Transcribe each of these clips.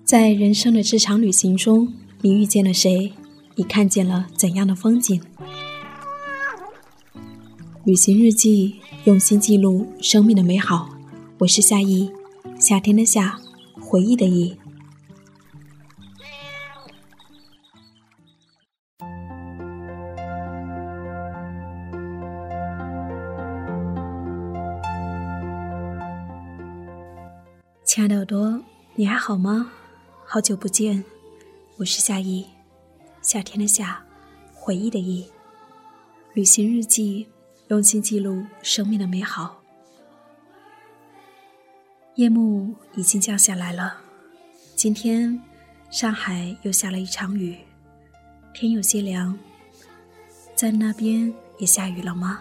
在人生的这场旅行中，你遇见了谁？你看见了怎样的风景？旅行日记，用心记录生命的美好。我是夏意，夏天的夏，回忆的忆。亲爱的耳朵，你还好吗？好久不见，我是夏意，夏天的夏，回忆的忆。旅行日记，用心记录生命的美好。夜幕已经降下来了，今天上海又下了一场雨，天有些凉。在那边也下雨了吗？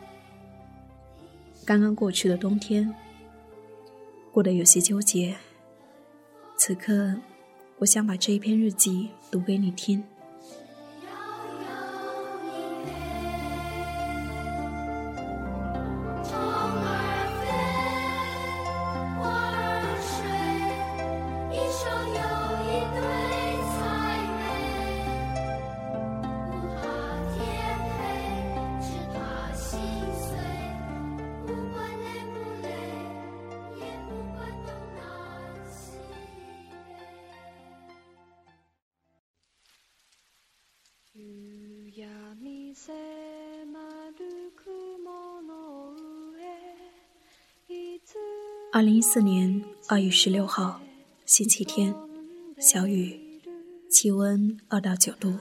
刚刚过去的冬天过得有些纠结，此刻我想把这一篇日记读给你听。2014年2月16号，星期天，小雨，气温2到9度。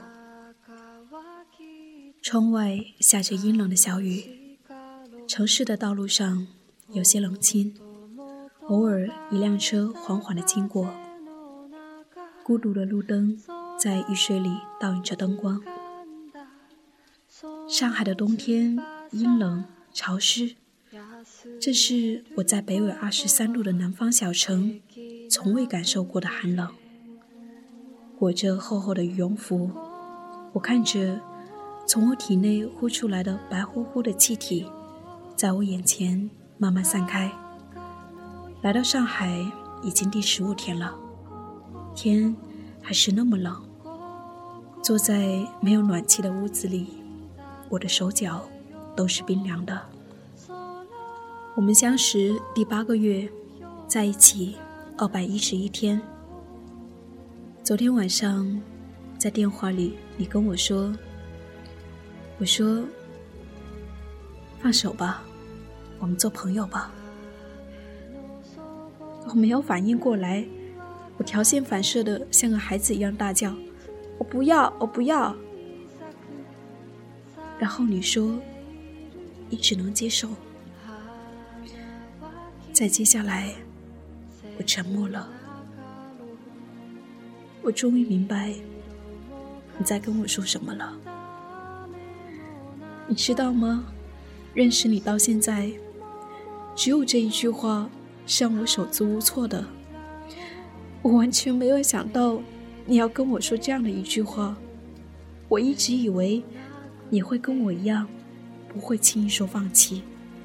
窗外下着阴冷的小雨，城市的道路上有些冷清，偶尔一辆车缓缓地经过，孤独的路灯在雨水里倒映着灯光。上海的冬天阴冷潮湿，这是我在北纬23度的南方小城从未感受过的寒冷。裹着厚厚的羽绒服，我看着从我体内呼出来的白乎乎的气体在我眼前慢慢散开。来到上海已经第15天了，天还是那么冷。坐在没有暖气的屋子里，我的手脚都是冰凉的。我们相识第8个月，在一起211天。昨天晚上在电话里你跟我说，我说放手吧，我们做朋友吧。我没有反应过来，我条件反射的像个孩子一样大叫，我不要，我不要。然后你说你只能接受。再接下来我沉默了。我终于明白你在跟我说什么了。你知道吗？认识你到现在，只有这一句话是让我手足无措的。我完全没有想到你要跟我说这样的一句话。我一直以为你会跟我一样，不会轻易说放弃。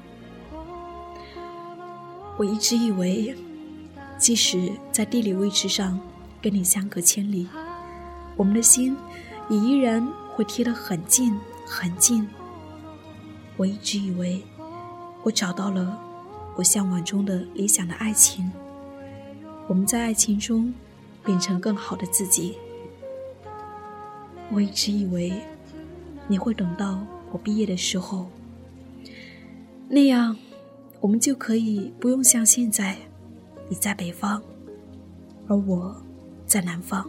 我一直以为，即使在地理位置上跟你相隔千里，我们的心也依然会贴得很近很近。我一直以为我找到了我向往中的理想的爱情，我们在爱情中变成更好的自己。我一直以为你会等到我毕业的时候，那样我们就可以不用像现在，你在北方，而我在南方。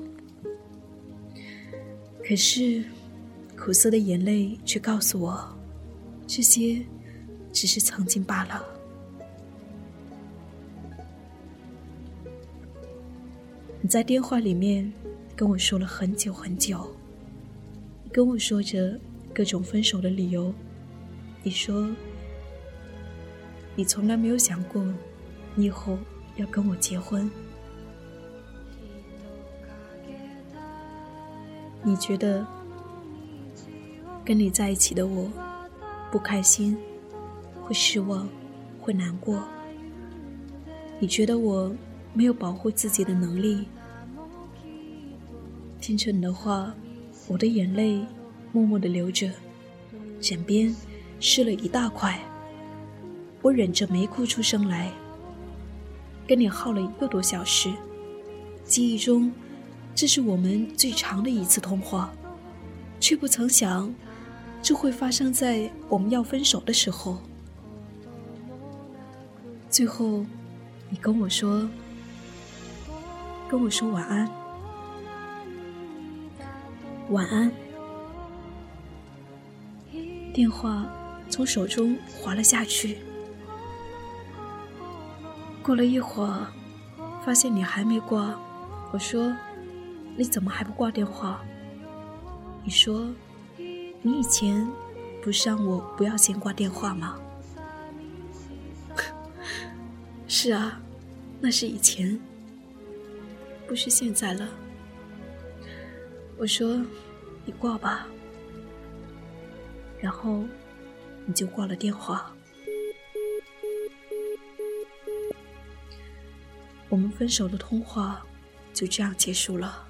可是苦涩的眼泪却告诉我，这些只是曾经罢了。你在电话里面跟我说了很久很久，你跟我说着各种分手的理由。你说你从来没有想过你以后要跟我结婚。你觉得跟你在一起的我不开心，会失望，会难过。你觉得我没有保护自己的能力， 听着你的话，我的眼泪默默地流着，枕边湿了一大块。我忍着没哭出声来。跟你耗了1个多小时，记忆中这是我们最长的一次通话，却不曾想这会发生在我们要分手的时候。最后你跟我说晚安。晚安。电话从手中滑了下去。过了一会儿，发现你还没挂，我说你怎么还不挂电话？你说你以前不是让我不要先挂电话吗？是啊，那是以前，不是现在了。我说你挂吧，然后你就挂了电话。我们分手的通话就这样结束了。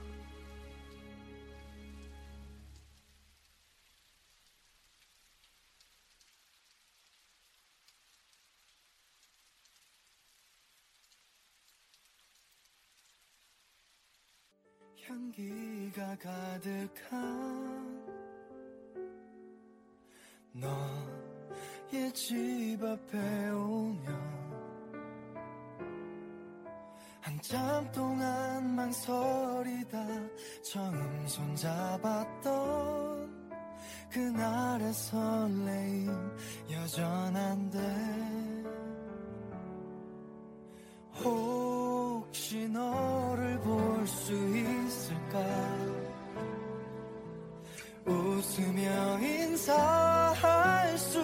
그날의 설레임 여전한데 혹시 너를 볼 수 있을까 웃으며 인사할 수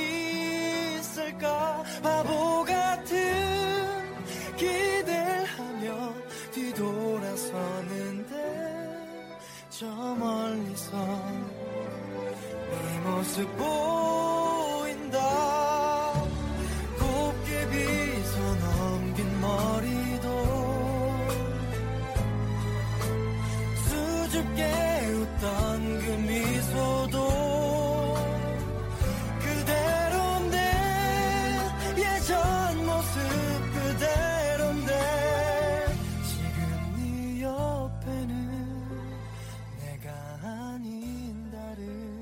있을까 바보 같은 기대를 하며 뒤돌아서는데 저 멀리서 네 모습 보인다 곱게 빗어 넘긴 머리도 수줍게 웃던 그 미소도 그대로인데 예전 모습 그대로인데 지금 네 옆에는 내가 아닌 다른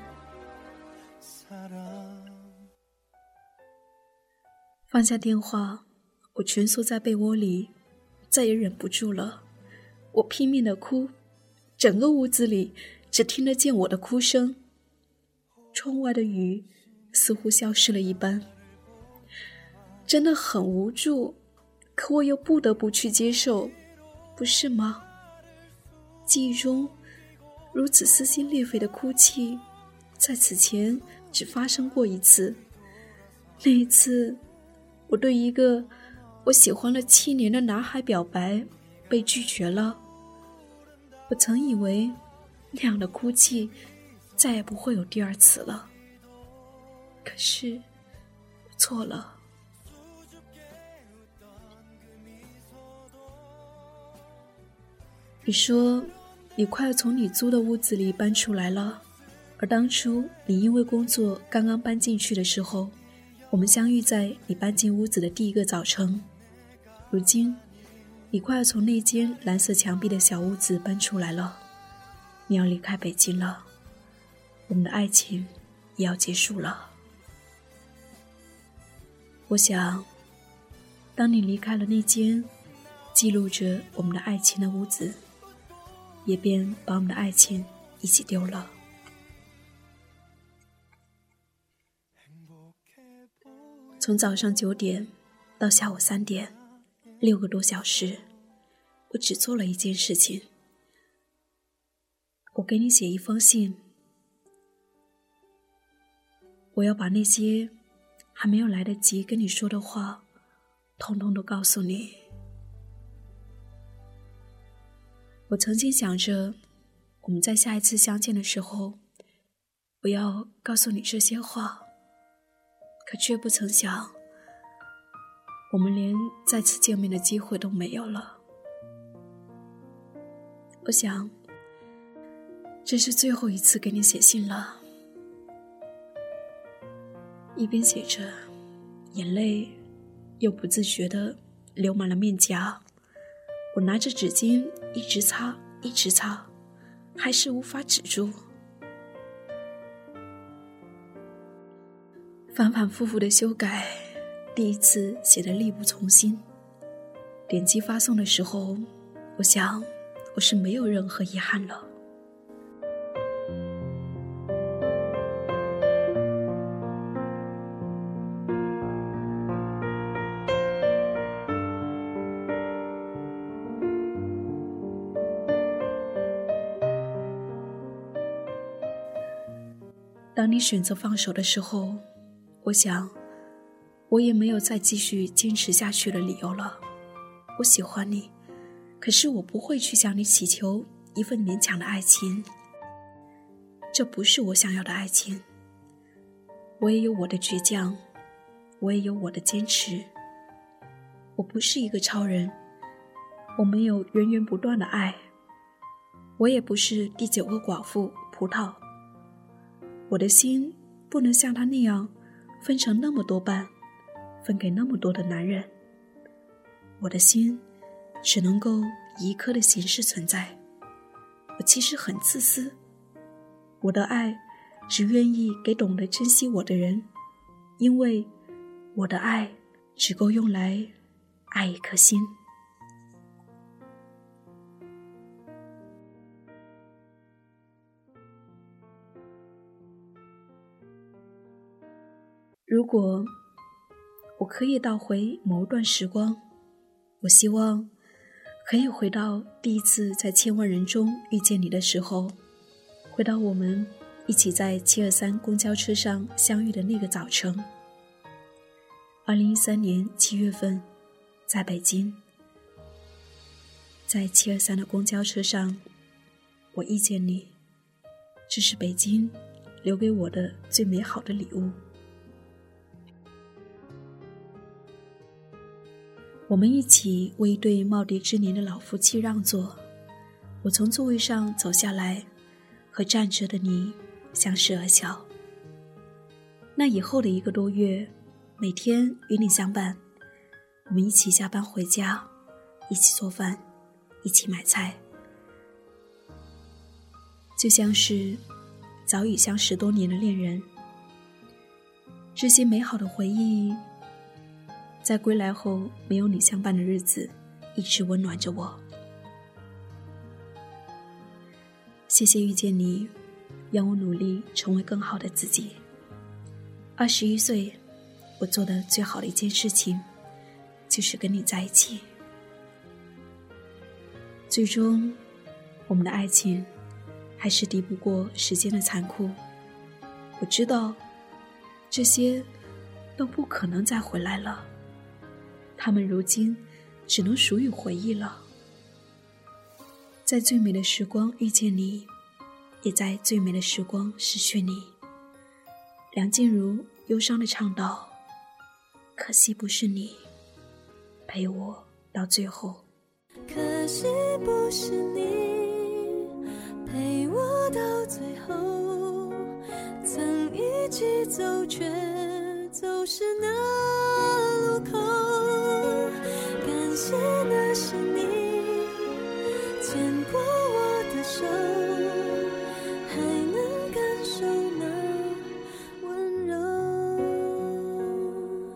放下电话，我蜷缩在被窝里，再也忍不住了。我拼命地哭，整个屋子里只听得见我的哭声。窗外的雨似乎消失了一般，真的很无助，可我又不得不去接受，不是吗？记忆中如此撕心裂肺的哭泣，在此前只发生过一次。那一次我对一个我喜欢了7年的男孩表白，被拒绝了。我曾以为那样的哭泣再也不会有第2次了，可是我错了。你说你快要从你租的屋子里搬出来了，而当初你因为工作刚刚搬进去的时候，我们相遇在你搬进屋子的第1个早晨。如今你快要从那间蓝色墙壁的小屋子搬出来了，你要离开北京了，我们的爱情也要结束了。我想当你离开了那间记录着我们的爱情的屋子，也便把我们的爱情一起丢了。从早上9点到下午3点，6个多小时，我只做了一件事情。我给你写一封信，我要把那些还没有来得及跟你说的话，统统都告诉你。我曾经想着，我们在下一次相见的时候，我要告诉你这些话。可却不曾想，我们连再次见面的机会都没有了。我想这是最后一次给你写信了。一边写着，眼泪又不自觉地流满了面颊。我拿着纸巾一直擦一直擦，还是无法止住。反反复复的修改，第一次写得力不从心。点击发送的时候，我想我是没有任何遗憾了。当你选择放手的时候，我想我也没有再继续坚持下去的理由了。我喜欢你，可是我不会去向你祈求一份勉强的爱情，这不是我想要的爱情。我也有我的倔强，我也有我的坚持。我不是一个超人，我没有源源不断的爱，我也不是第9个寡妇葡萄。我的心不能像他那样分成那么多半，分给那么多的男人。我的心只能够以一颗的形式存在。我其实很自私，我的爱只愿意给懂得珍惜我的人，因为我的爱只够用来爱一颗心。如果我可以倒回某一段时光，我希望可以回到第一次在千万人中遇见你的时候，回到我们一起在723公交车上相遇的那个早晨。2013年7月份，在北京，在723的公交车上，我遇见你，这是北京留给我的最美好的礼物。我们一起为一对耄耋之年的老夫妻让座，我从座位上走下来，和站着的你相视而笑。那以后的1个多月，每天与你相伴，我们一起下班回家，一起做饭，一起买菜，就像是早已相识多年的恋人。这些美好的回忆在归来后没有你相伴的日子一直温暖着我。谢谢遇见你，让我努力成为更好的自己。21岁，我做的最好的一件事情就是跟你在一起。最终我们的爱情还是敌不过时间的残酷。我知道这些都不可能再回来了，他们如今只能属于回忆了。在最美的时光遇见你，也在最美的时光失去你。梁静茹忧伤地唱道，可惜不是你陪我到最后。 可惜不是你陪我到最后，曾一起走却走失那路口，感谢那是你牵过我的手，还能感受那温柔。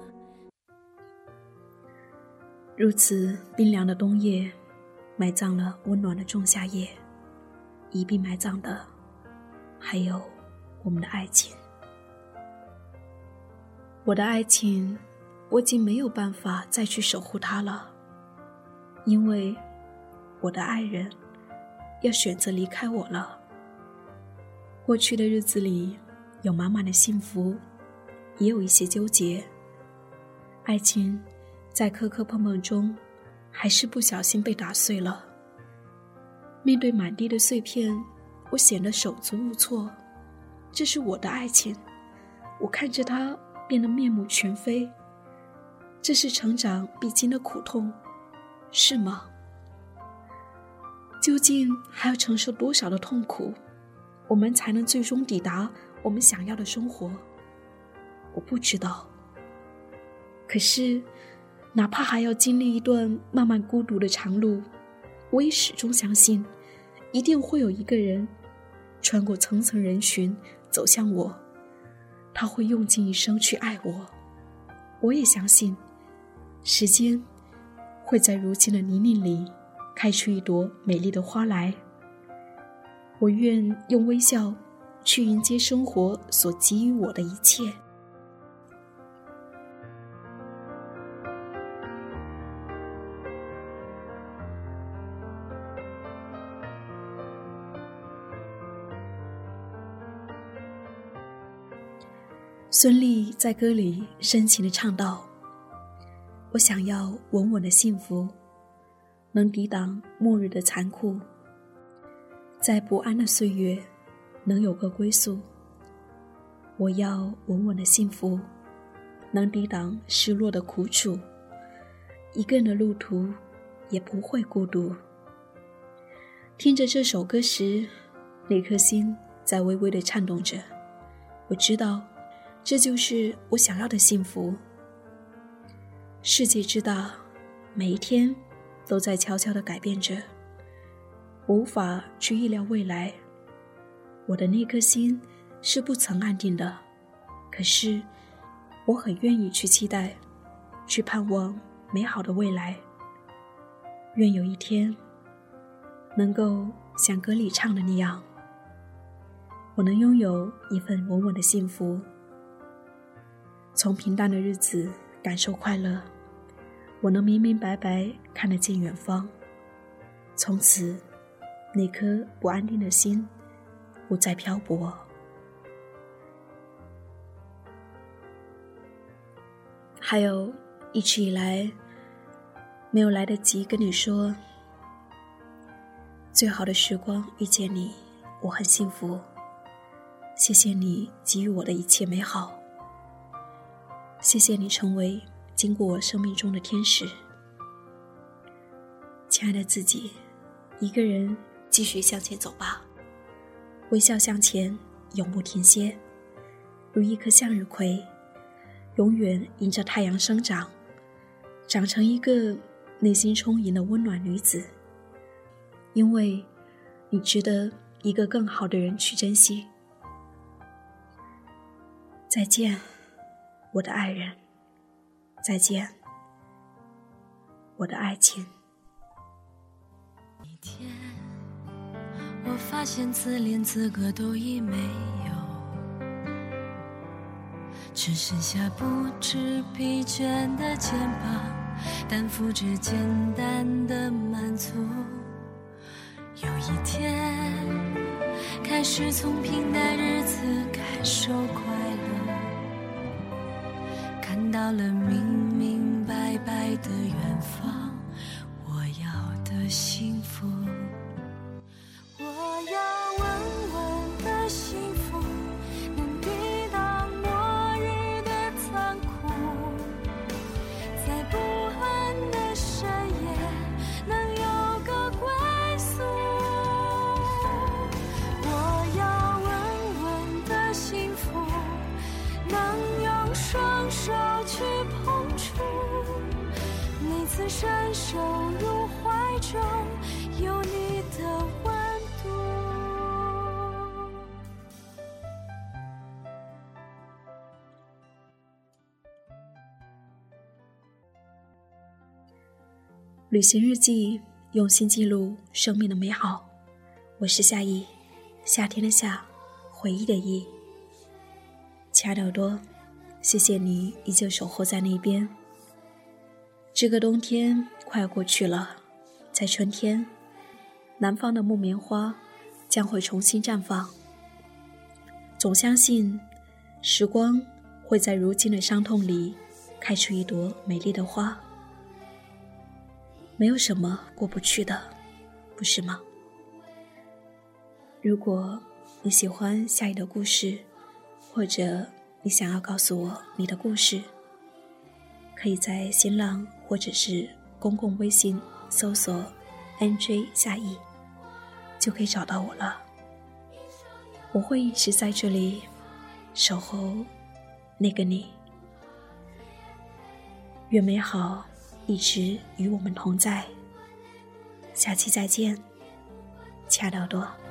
如此冰凉的冬夜，埋葬了温暖的仲夏夜，一并埋葬的还有我们的爱情。我的爱情，我已经没有办法再去守护它了，因为我的爱人要选择离开我了。过去的日子里，有满满的幸福，也有一些纠结。爱情在磕磕碰碰中，还是不小心被打碎了。面对满地的碎片，我显得手足无措。这是我的爱情，我看着它变得面目全非。这是成长必经的苦痛，是吗？究竟还要承受多少的痛苦， 我们才能最终抵达我们想要的生活？我不知道。可是哪怕还要经历一段漫漫孤独的长路，我也始终相信，一定会有一个人穿过层层人群走向我，他会用尽一生去爱我。我也相信，时间会在如今的泥泞里开出一朵美丽的花来。我愿用微笑去迎接生活所给予我的一切。孙俪在歌里深情地唱道：我想要稳稳的幸福，能抵挡末日的残酷，在不安的岁月能有个归宿。我要稳稳的幸福，能抵挡失落的苦楚，一个人的路途也不会孤独。听着这首歌时，那颗心在微微地颤动着。我知道这就是我想要的幸福。世界之大，每一天都在悄悄地改变着，我无法去预料未来。我的那颗心是不曾安定的，可是我很愿意去期待，去盼望美好的未来。愿有一天能够像歌里唱的那样，我能拥有一份稳稳的幸福，从平淡的日子感受快乐，我能明明白白看得见远方。从此那颗不安定的心不再漂泊。还有一直以来没有来得及跟你说，最好的时光遇见你，我很幸福。谢谢你给予我的一切美好，谢谢你成为经过我生命中的天使。亲爱的自己，一个人继续向前走吧，微笑向前，永不停歇，如一颗向日葵，永远迎着太阳生长，长成一个内心充盈的温暖女子。因为你值得一个更好的人去珍惜。再见，我的爱人，再见，我的爱情。 一天，我发现自怜资格都已没有，只剩下不知疲倦的肩膀，担负着简单的满足。有一天，开始从平淡日子感受快乐，看到了明明白白的远方，我要的幸福。我要稳稳的幸福，能抵挡末日的残酷，在不安的深夜能有个归宿。我要稳稳的幸福，能用双手去碰触，每次伸手入怀中有你的温度。 旅行日记，用心记录生命的美好。我是夏意，夏天的夏，回忆的忆。亲爱的耳朵，谢谢你依旧守候在那边。这个冬天快要过去了，在春天，南方的木棉花将会重新绽放。总相信时光会在如今的伤痛里开出一朵美丽的花。没有什么过不去的，不是吗？如果你喜欢夏意的故事，或者你想要告诉我你的故事，可以在新浪或者是公共微信搜索 NJ 夏意，就可以找到我了。 我会一直在这里守候那个你。愿美好一直与我们同在。下期再见，亲爱的耳朵。